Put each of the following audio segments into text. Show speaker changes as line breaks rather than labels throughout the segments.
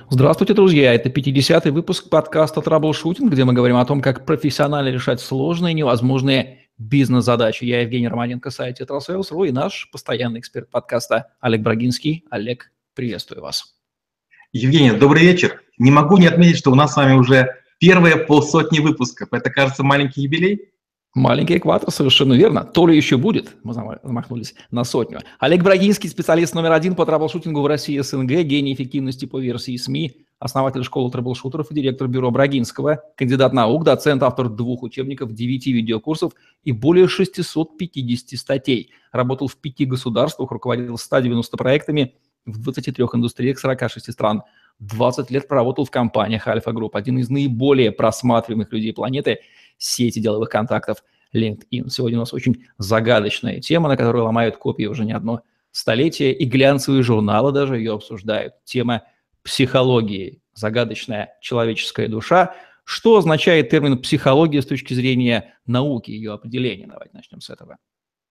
Здравствуйте, друзья! Это 50-й выпуск подкаста «Траблшутинг», где мы говорим о том, как профессионально решать сложные, невозможные бизнес-задачи. Я Евгений Романенко, сайт «Тетрасейлс.ру» и наш постоянный эксперт подкаста Олег Брагинский. Олег, приветствую вас.
Евгений, добрый вечер. Не могу не отметить, что у нас с вами уже первые полсотни выпусков. Это, кажется, маленький юбилей?
Маленький экватор, совершенно верно. То ли еще будет. Мы замахнулись на 100. Олег Брагинский, специалист номер 1 по траблшутингу в России СНГ, гений эффективности по версии СМИ, основатель школы траблшутеров и директор бюро Брагинского, кандидат наук, доцент, автор 2 учебников, 9 видеокурсов и более 650 статей. Работал в 5 государствах, руководил 190 проектами в 23 индустриях 46 стран. 20 лет проработал в компаниях Альфа Групп, один из наиболее просматриваемых людей планеты, сети деловых контактов LinkedIn. Сегодня у нас очень загадочная тема, на которую ломают копии уже не одно столетие, и глянцевые журналы даже ее обсуждают. Тема психологии, загадочная человеческая душа. Что означает термин «психология» с точки зрения науки, ее определения? Давайте начнем с этого.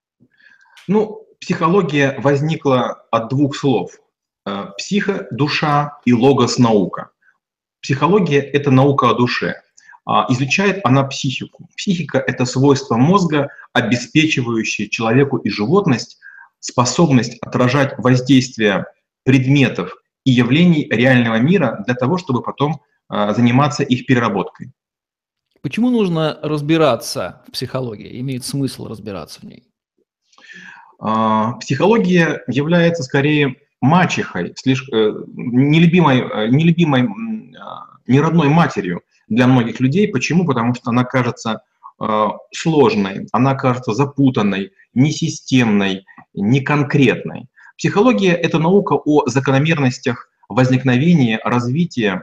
Психология возникла от двух слов. Психо – душа и логос – наука. Психология – это наука о душе. Изучает она психику. Психика – это свойство мозга, обеспечивающее человеку и животность способность отражать воздействие предметов и явлений реального мира для того, чтобы потом заниматься их переработкой.
Почему нужно разбираться в психологии? Имеет смысл разбираться в ней?
Психология является скорее мачехой, нелюбимой, неродной матерью для многих людей. Почему? Потому что она кажется сложной, она кажется запутанной, несистемной, неконкретной. Психология – это наука о закономерностях возникновения, развития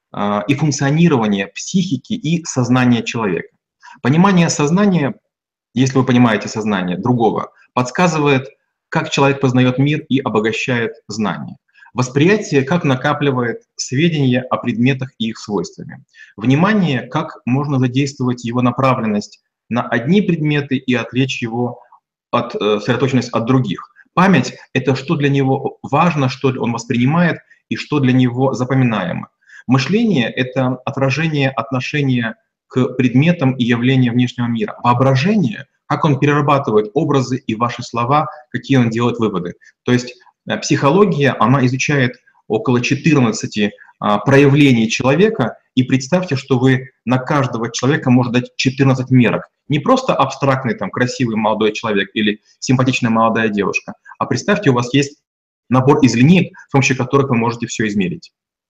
и функционирования психики и сознания человека. Понимание сознания, если вы понимаете сознание другого, подсказывает, как человек познает мир и обогащает знания. Восприятие, как накапливает сведения о предметах и их свойствами. Внимание, как можно задействовать его направленность на одни предметы и отвлечь его сосредоточенность от других. Память — это что для него важно, что он воспринимает и что для него запоминаемо. Мышление — это отражение отношения к предметам и явлениям внешнего мира. Воображение — как он перерабатывает образы и ваши слова, какие он делает выводы. То есть психология, она изучает около 14 проявлений человека, и представьте, что вы на каждого человека можете дать 14 мерок. Не просто абстрактный, красивый молодой человек или симпатичная молодая девушка, а представьте, у вас есть набор из линеек, с помощью которых вы можете все измерить.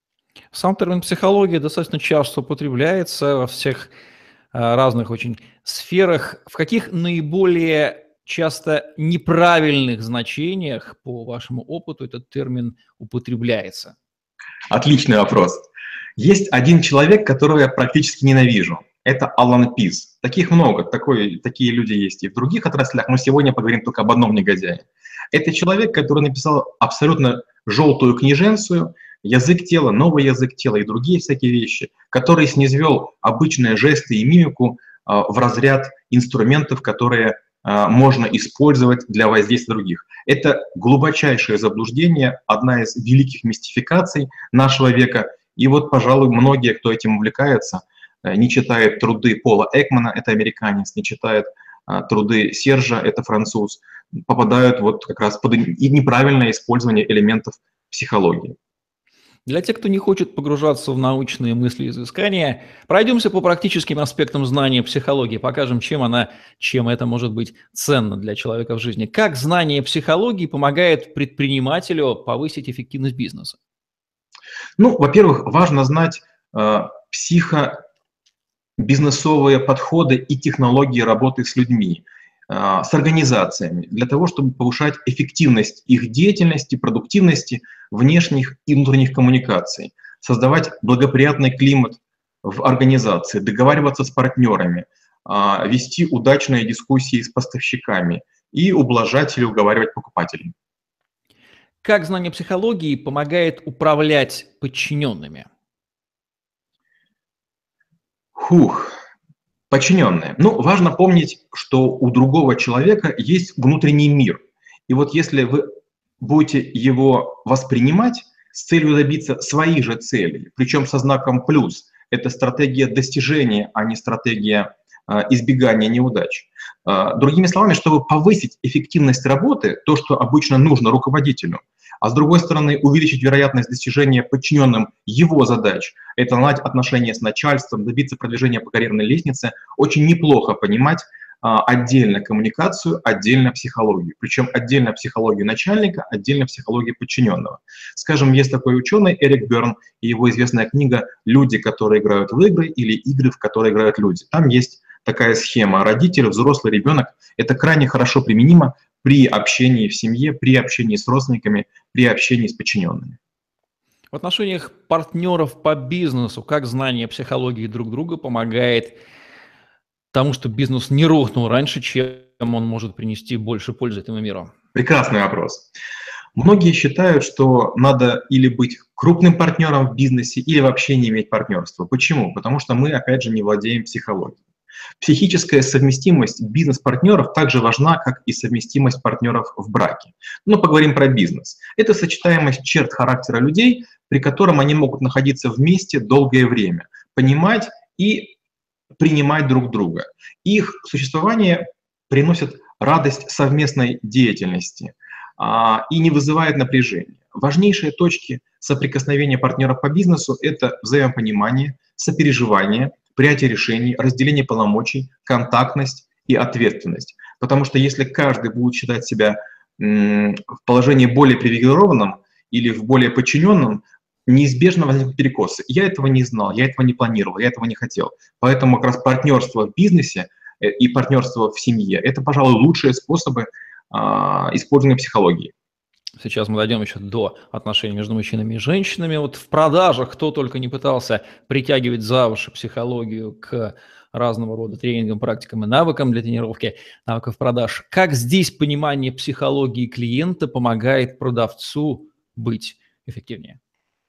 Сам термин «психология» достаточно часто употребляется во всех разных очень сферах. В каких наиболее часто неправильных значениях, по вашему опыту, этот термин употребляется?
Отличный вопрос. Есть один человек, которого я практически ненавижу. Это Алан Пис. Таких много, такие люди есть и в других отраслях, но сегодня поговорим только об одном негодяе. Это человек, который написал абсолютно желтую книженцию, язык тела, новый язык тела и другие всякие вещи, который снизвел обычные жесты и мимику в разряд инструментов, которые можно использовать для воздействия других. Это глубочайшее заблуждение, одна из великих мистификаций нашего века. И вот, пожалуй, многие, кто этим увлекается, не читает труды Пола Экмана, это американец, не читает труды Сержа, это француз, попадают вот как раз под неправильное использование элементов психологии.
Для тех, кто не хочет погружаться в научные мысли и изыскания, пройдемся по практическим аспектам знания психологии, покажем, чем это может быть ценно для человека в жизни. Как знание психологии помогает предпринимателю повысить эффективность бизнеса?
Во-первых, важно знать психобизнесовые подходы и технологии работы с людьми, с организациями, для того, чтобы повышать эффективность их деятельности, продуктивности, внешних и внутренних коммуникаций, создавать благоприятный климат в организации, договариваться с партнерами, вести удачные дискуссии с поставщиками и ублажать или уговаривать покупателей.
Как знание психологии помогает управлять подчиненными?
Подчиненные. Важно помнить, что у другого человека есть внутренний мир. И вот если вы будете его воспринимать с целью добиться своих же целей, причем со знаком плюс. Это стратегия достижения, а не стратегия избегания неудач. Другими словами, чтобы повысить эффективность работы, то, что обычно нужно руководителю, а с другой стороны увеличить вероятность достижения подчиненным его задач, это наладить отношения с начальством, добиться продвижения по карьерной лестнице, очень неплохо понимать отдельно коммуникацию, отдельно психологию. Причем отдельно психологию начальника, отдельно психологию подчиненного. Скажем, есть такой ученый Эрик Берн и его известная книга «Люди, которые играют в игры» или «Игры, в которые играют люди». Там есть такая схема. Родитель, взрослый ребенок – это крайне хорошо применимо при общении в семье, при общении с родственниками, при общении с подчиненными.
В отношениях партнеров по бизнесу, как знание психологии друг друга помогает тому, что бизнес не рухнул раньше, чем он может принести больше пользы этому миру?
Прекрасный вопрос. Многие считают, что надо или быть крупным партнером в бизнесе, или вообще не иметь партнерства. Почему? Потому что мы, опять же, не владеем психологией. Психическая совместимость бизнес-партнеров также важна, как и совместимость партнеров в браке. Но поговорим про бизнес. Это сочетаемость черт характера людей, при котором они могут находиться вместе долгое время, понимать и принимать друг друга. Их существование приносит радость совместной деятельности и не вызывает напряжения. Важнейшие точки соприкосновения партнеров по бизнесу – это взаимопонимание, сопереживание, принятие решений, разделение полномочий, контактность и ответственность. Потому что если каждый будет считать себя в положении более привилегированном или в более подчиненном, неизбежно возникнут перекосы. Я этого не знал, я этого не планировал, я этого не хотел. Поэтому как раз партнерство в бизнесе и партнерство в семье – это, пожалуй, лучшие способы использования психологии.
Сейчас мы дойдем еще до отношений между мужчинами и женщинами. Вот в продажах кто только не пытался притягивать за уши психологию к разного рода тренингам, практикам и навыкам для тренировки навыков продаж. Как здесь понимание психологии клиента помогает продавцу быть эффективнее?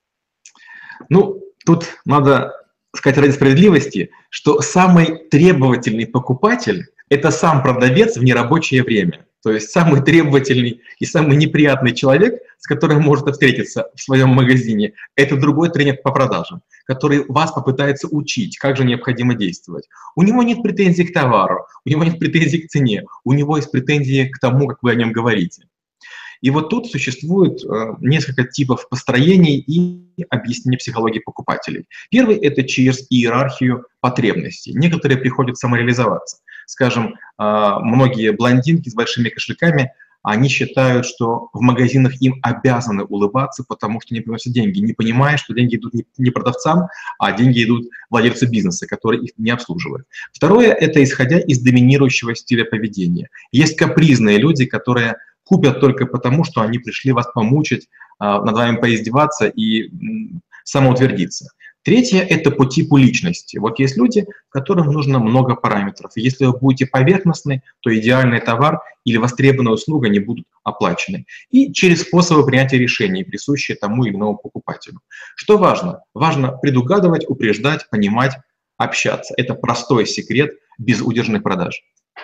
Ну, тут надо сказать ради справедливости, что самый требовательный покупатель – это сам продавец в нерабочее время. То есть самый требовательный и самый неприятный человек, с которым может встретиться в своем магазине, это другой тренер по продажам, который вас попытается учить, как же необходимо действовать. У него нет претензий к товару, у него нет претензий к цене, у него есть претензии к тому, как вы о нем говорите. И вот тут существует несколько типов построений и объяснений психологии покупателей. Первый – это через иерархию потребностей. Некоторые приходят самореализоваться. Скажем, многие блондинки с большими кошельками, они считают, что в магазинах им обязаны улыбаться, потому что не приносят деньги, не понимая, что деньги идут не продавцам, а деньги идут владельцу бизнеса, который их не обслуживает. Второе – это исходя из доминирующего стиля поведения. Есть капризные люди, которые купят только потому, что они пришли вас помучить, над вами поиздеваться и самоутвердиться. Третье – это по типу личности. Вот есть люди, которым нужно много параметров. Если вы будете поверхностны, то идеальный товар или востребованная услуга не будут оплачены. И через способы принятия решений, присущие тому или иному покупателю. Что важно? Важно предугадывать, упреждать, понимать, общаться. Это простой секрет безудержных продаж.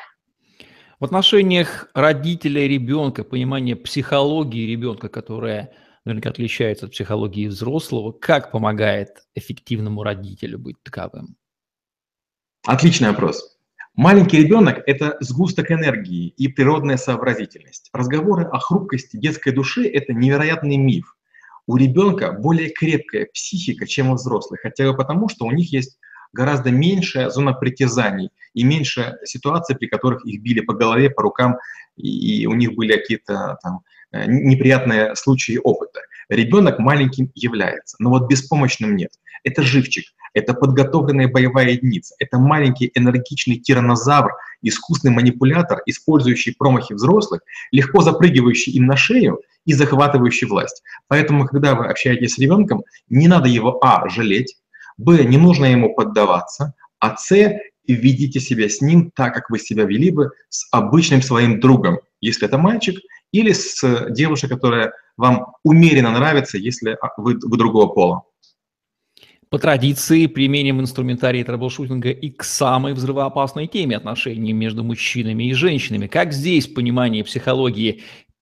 В отношениях родителя и ребенка, понимание психологии ребенка, которая наверняка отличается от психологии взрослого, как помогает эффективному родителю быть таковым?
Отличный вопрос. Маленький ребенок – это сгусток энергии и природная сообразительность. Разговоры о хрупкости детской души – это невероятный миф. У ребенка более крепкая психика, чем у взрослых, хотя бы потому, что у них есть гораздо меньшая зона притязаний и меньше ситуаций, при которых их били по голове, по рукам, и у них были какие-то там неприятные случаи опыта. Ребенок маленьким является, но вот беспомощным нет. Это живчик, это подготовленная боевая единица, это маленький энергичный тираннозавр, искусный манипулятор, использующий промахи взрослых, легко запрыгивающий им на шею и захватывающий власть. Поэтому, когда вы общаетесь с ребенком, не надо его жалеть, не нужно ему поддаваться, а ведите себя с ним так, как вы себя вели бы с обычным своим другом, если это мальчик, или с девушкой, которая вам умеренно нравится, если вы другого пола.
По традиции применим инструментарий трэблшутинга и к самой взрывоопасной теме отношений между мужчинами и женщинами. Как здесь понимание психологии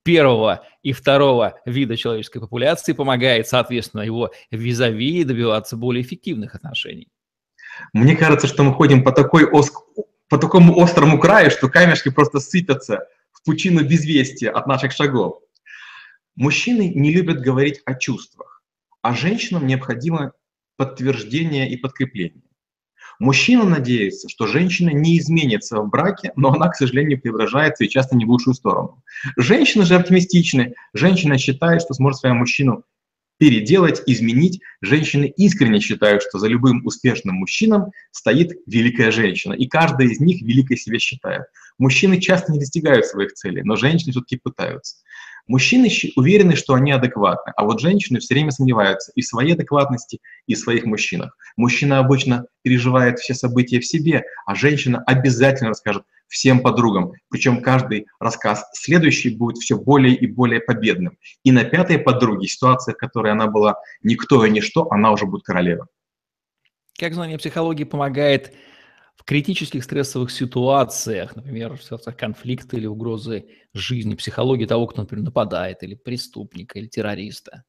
первого и второго вида человеческой популяции, помогает, соответственно, его визави добиваться более эффективных отношений.
Мне кажется, что мы ходим по такому острому краю, что камешки просто сыпятся в пучину безвестия от наших шагов. Мужчины не любят говорить о чувствах, а женщинам необходимо подтверждение и подкрепление. Мужчина надеется, что женщина не изменится в браке, но она, к сожалению, преображается и часто не в лучшую сторону. Женщины же оптимистичны. Женщина считает, что сможет своего мужчину переделать, изменить. Женщины искренне считают, что за любым успешным мужчином стоит великая женщина, и каждая из них великой себя считает. Мужчины часто не достигают своих целей, но женщины все-таки пытаются. Мужчины уверены, что они адекватны, а вот женщины все время сомневаются и в своей адекватности, и в своих мужчинах. Мужчина обычно переживает все события в себе, а женщина обязательно расскажет всем подругам. Причем каждый рассказ следующий будет все более и более победным. И на пятой подруге, ситуация, в которой она была никто и ничто, она уже будет королева.
Как знание психологии помогает в критических стрессовых ситуациях, например, в ситуациях конфликта или угрозы жизни, психологии того, кто, например, нападает, или преступника, или террориста?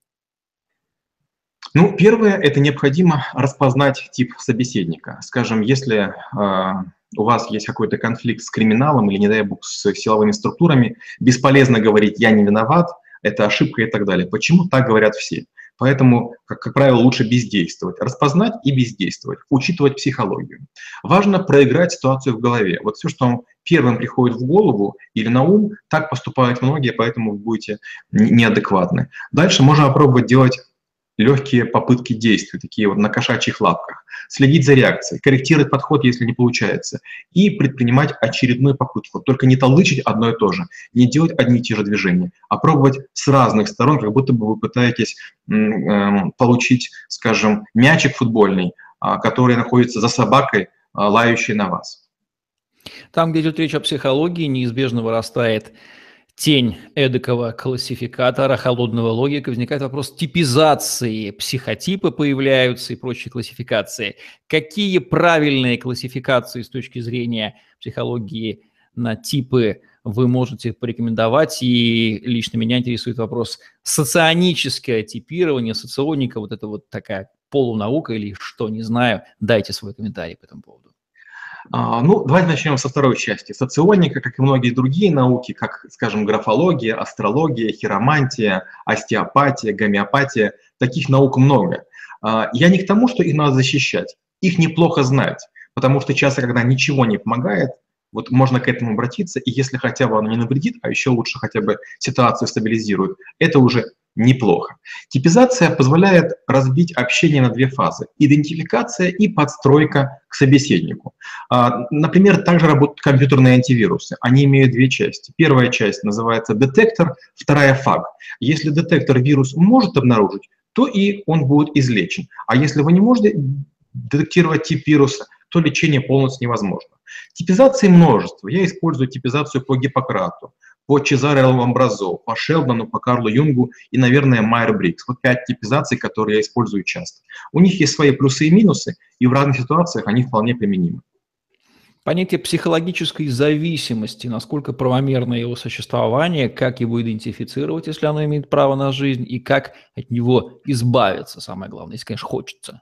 Ну, первое, это необходимо распознать тип собеседника. Скажем, если у вас есть какой-то конфликт с криминалом или, не дай бог, с силовыми структурами, бесполезно говорить «я не виноват», это ошибка и так далее. Почему так говорят все? Поэтому, как правило, лучше бездействовать. Распознать и бездействовать, учитывать психологию. Важно проиграть ситуацию в голове. Вот все, что вам первым приходит в голову или на ум, так поступают многие, поэтому вы будете неадекватны. Дальше можно попробовать делать легкие попытки действий, такие вот на кошачьих лапках, следить за реакцией, корректировать подход, если не получается, и предпринимать очередную попытку. Только не толдычить одно и то же, не делать одни и те же движения, а пробовать с разных сторон, как будто бы вы пытаетесь получить, скажем, мячик футбольный, который находится за собакой, лающей на вас.
Там, где идет речь о психологии, неизбежно вырастает тень эдакого классификатора, холодного логика, возникает вопрос типизации, психотипы появляются и прочие классификации. Какие правильные классификации с точки зрения психологии на типы вы можете порекомендовать? И лично меня интересует вопрос соционическое типирование, соционика, вот это вот такая полунаука или что, не знаю. Дайте свой комментарий по этому поводу.
Ну, давайте начнем со второй части. Соционика, как и многие другие науки, как, скажем, графология, астрология, хиромантия, остеопатия, гомеопатия, таких наук много. Я не к тому, что их надо защищать. Их неплохо знать, потому что часто, когда ничего не помогает, вот можно к этому обратиться, и если хотя бы оно не навредит, а еще лучше хотя бы ситуацию стабилизирует, это уже неплохо. Типизация позволяет разбить общение на две фазы – идентификация и подстройка к собеседнику. Например, также работают компьютерные антивирусы. Они имеют две части. Первая часть называется детектор, вторая фаг. Если детектор вирус может обнаружить, то и он будет излечен. А если вы не можете детектировать тип вируса, то лечение полностью невозможно. Типизации множество. Я использую типизацию по Гиппократу, по Чезаре Ламбразо, по Шелдону, по Карлу Юнгу и, наверное, Майер-Брикс. Вот 5 типизаций, которые я использую часто. У них есть свои плюсы и минусы, и в разных ситуациях они вполне применимы.
Понятие психологической зависимости, насколько правомерно его существование, как его идентифицировать, если оно имеет право на жизнь, и как от него избавиться, самое главное, если, конечно, хочется.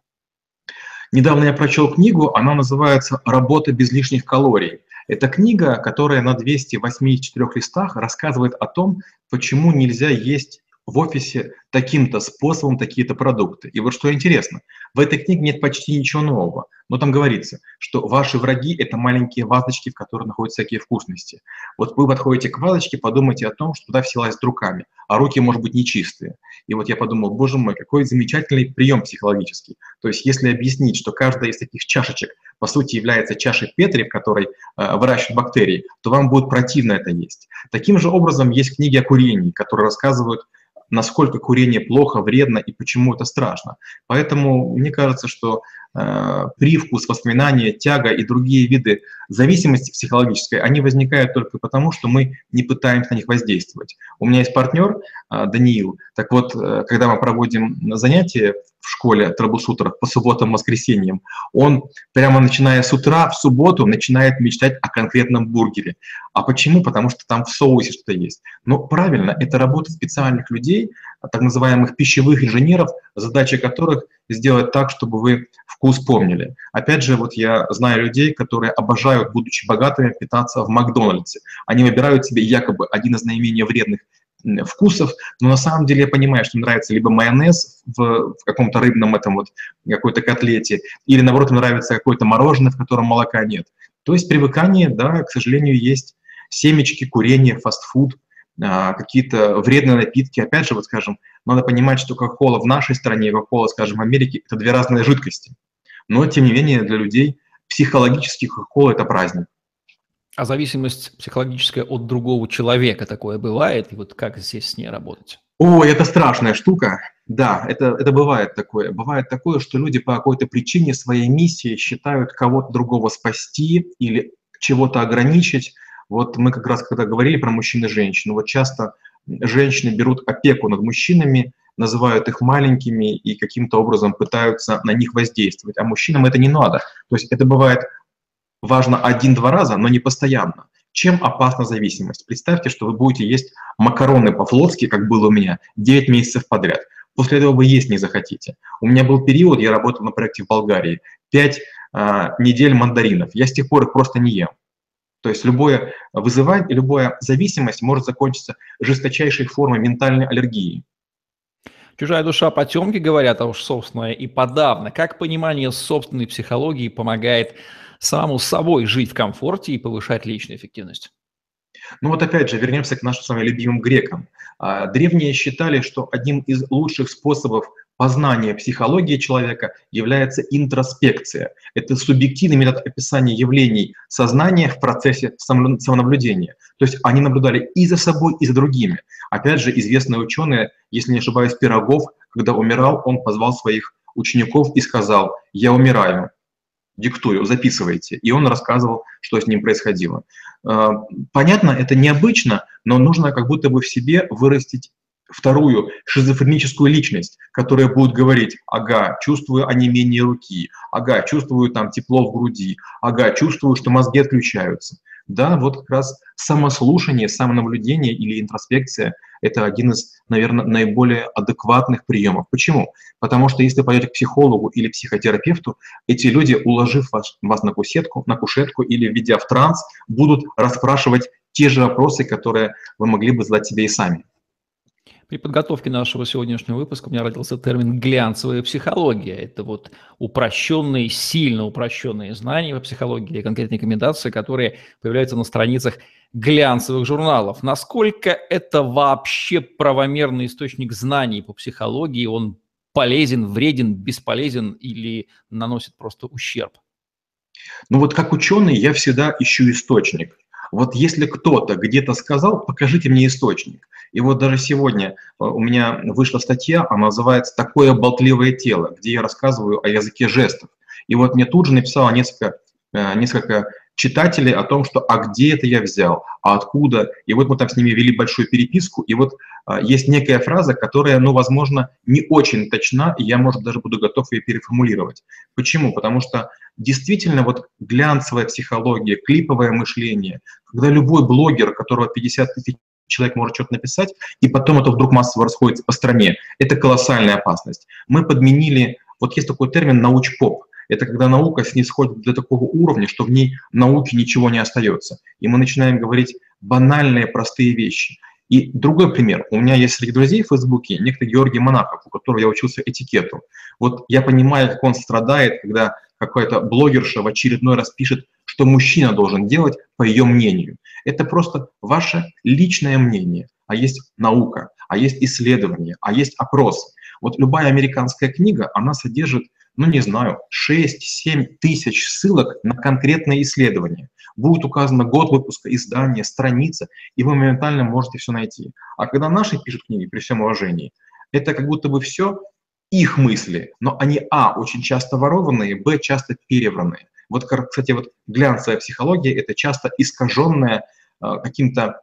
Недавно я прочел книгу, она называется «Работа без лишних калорий». Это книга, которая на 284 листах рассказывает о том, почему нельзя есть в офисе таким-то способом такие-то продукты. И вот что интересно, в этой книге нет почти ничего нового, но там говорится, что ваши враги – это маленькие вазочки, в которых находятся всякие вкусности. Вот вы подходите к вазочке, подумайте о том, что туда все лазят руками, а руки, может быть, нечистые. И вот я подумал, боже мой, какой замечательный прием психологический. То есть если объяснить, что каждая из таких чашечек, по сути, является чашей Петри, в которой выращивают бактерии, то вам будет противно это есть. Таким же образом есть книги о курении, которые рассказывают, насколько курение плохо, вредно и почему это страшно. Поэтому мне кажется, что привкус, воспоминания, тяга и другие виды зависимости психологической, они возникают только потому, что мы не пытаемся на них воздействовать. У меня есть партнер Даниил, так вот, когда мы проводим занятия в школе трэблшутеров по субботам, воскресеньям, он прямо начиная с утра в субботу начинает мечтать о конкретном бургере. А почему? Потому что там в соусе что-то есть. Но правильно, это работа специальных людей, так называемых пищевых инженеров, задача которых сделать так, чтобы вы вкус помнили. Опять же, вот я знаю людей, которые обожают, будучи богатыми, питаться в Макдональдсе. Они выбирают себе якобы один из наименее вредных вкусов, но на самом деле я понимаю, что им нравится либо майонез в каком-то рыбном этом вот какой-то котлете, или наоборот им нравится какое-то мороженое, в котором молока нет. То есть привыкание, да, к сожалению, есть семечки, курение, фастфуд, какие-то вредные напитки. Опять же, вот скажем, надо понимать, что кока-кола в нашей стране и кока-кола, скажем, в Америке – это две разные жидкости. Но, тем не менее, для людей психологически кока-кола – это праздник.
А зависимость психологическая от другого человека такое бывает? И вот как здесь с ней работать?
Ой, это страшная штука. Да, это бывает такое. Бывает такое, что люди по какой-то причине своей миссии считают кого-то другого спасти или чего-то ограничить. Вот мы как раз когда говорили про мужчин и женщин, вот часто женщины берут опеку над мужчинами, называют их маленькими и каким-то образом пытаются на них воздействовать. А мужчинам это не надо. То есть это бывает важно один-два раза, но не постоянно. Чем опасна зависимость? Представьте, что вы будете есть макароны по-флотски, как было у меня, 9 месяцев подряд. После этого вы есть не захотите. У меня был период, я работал на проекте в Болгарии, 5 недель мандаринов. Я с тех пор их просто не ем. То есть любое вызывание, любая зависимость может закончиться жесточайшей формой ментальной аллергии.
Чужая душа потемки, говорят, а уж собственная и подавно. Как понимание собственной психологии помогает самому собой жить в комфорте и повышать личную эффективность?
Ну вот опять же, вернемся к нашим с вами любимым грекам. Древние считали, что одним из лучших способов познания психологии человека является интроспекция. Это субъективный метод описания явлений сознания в процессе самонаблюдения. То есть они наблюдали и за собой, и за другими. Опять же, известный ученый, если не ошибаюсь, Пирогов, когда умирал, он позвал своих учеников и сказал: «Я умираю, диктую, записывайте». И он рассказывал, что с ним происходило. Понятно, это необычно, но нужно как будто бы в себе вырастить вторую шизофреническую личность, которая будет говорить: ага, чувствую онемение руки, ага, чувствую там тепло в груди, ага, чувствую, что мозги отключаются. Да, вот как раз самослушание, самонаблюдение или интроспекция – это один из, наверное, наиболее адекватных приемов. Почему? Потому что если пойдете к психологу или психотерапевту, эти люди, уложив вас на кушетку или введя в транс, будут расспрашивать те же вопросы, которые вы могли бы задать себе и сами.
При подготовке нашего сегодняшнего выпуска у меня родился термин «глянцевая психология». Это вот упрощенные, сильно упрощенные знания по психологии или конкретные рекомендации, которые появляются на страницах глянцевых журналов. Насколько это вообще правомерный источник знаний по психологии? Он полезен, вреден, бесполезен или наносит просто ущерб?
Ну вот как ученый я всегда ищу источник. Вот если кто-то где-то сказал, покажите мне источник. И вот даже сегодня у меня вышла статья, она называется «Такое болтливое тело», где я рассказываю о языке жестов. И вот мне тут же написало несколько читателей о том, что «а где это я взял?», «а откуда?». И вот мы там с ними вели большую переписку, и вот есть некая фраза, которая, ну, возможно, не очень точна, и я, может, даже буду готов ее переформулировать. Почему? Потому что действительно вот глянцевая психология, клиповое мышление, когда любой блогер, у которого 50 тысяч человек может что-то написать, и потом это вдруг массово расходится по стране, это колоссальная опасность. Мы подменили, вот есть такой термин «научпоп». Это когда наука снисходит до такого уровня, что в ней науки ничего не остается. И мы начинаем говорить банальные, простые вещи. И другой пример. У меня есть среди друзей в Фейсбуке некто Георгий Монахов, у которого я учился этикету. Вот я понимаю, как он страдает, когда какая-то блогерша в очередной раз пишет, что мужчина должен делать по ее мнению. Это просто ваше личное мнение. А есть наука, а есть исследование, а есть опрос. Вот любая американская книга, она содержит, ну не знаю, 6-7 тысяч ссылок на конкретные исследования. Будет указано год выпуска, издание, страница, и вы моментально можете все найти. А когда наши пишут книги, при всем уважении, это как будто бы все их мысли, но они, очень часто ворованные, часто перевранные. Вот, кстати, вот глянцевая психология – это часто искаженная каким-то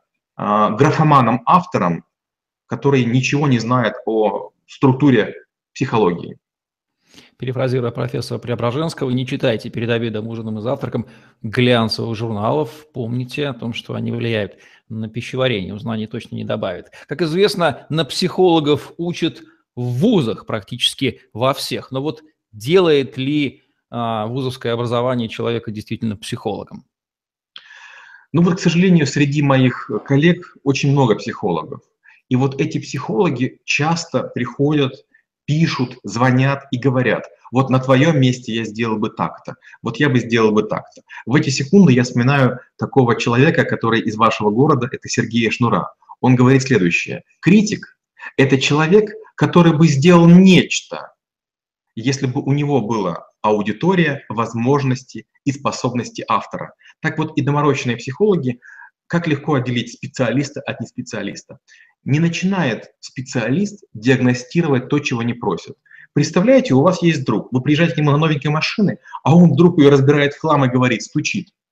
графоманом-автором, который ничего не знает о структуре психологии.
Перефразируя профессора Преображенского, не читайте перед обедом, ужином и завтраком глянцевых журналов. Помните о том, что они влияют на пищеварение, узнаний точно не добавит. Как известно, на психологов учат в вузах практически во всех. Но вот делает ли вузовское образование человека действительно психологом?
Ну вот, к сожалению, среди моих коллег очень много психологов. И вот эти психологи часто приходят, пишут, звонят и говорят: вот на твоем месте я сделал бы так-то, вот я бы сделал бы так-то. В эти секунды я вспоминаю такого человека, который из вашего города, это Сергей Шнура. Он говорит следующее: критик – это человек, который бы сделал нечто, если бы у него была аудитория, возможности и способности автора. Так вот и доморощенные психологи, как легко отделить специалиста от неспециалиста. Не начинает специалист диагностировать то, чего не просят. Представляете, у вас есть друг, вы приезжаете к нему на новенькой машине, а он вдруг ее разбирает в хлам и говорит, стучит.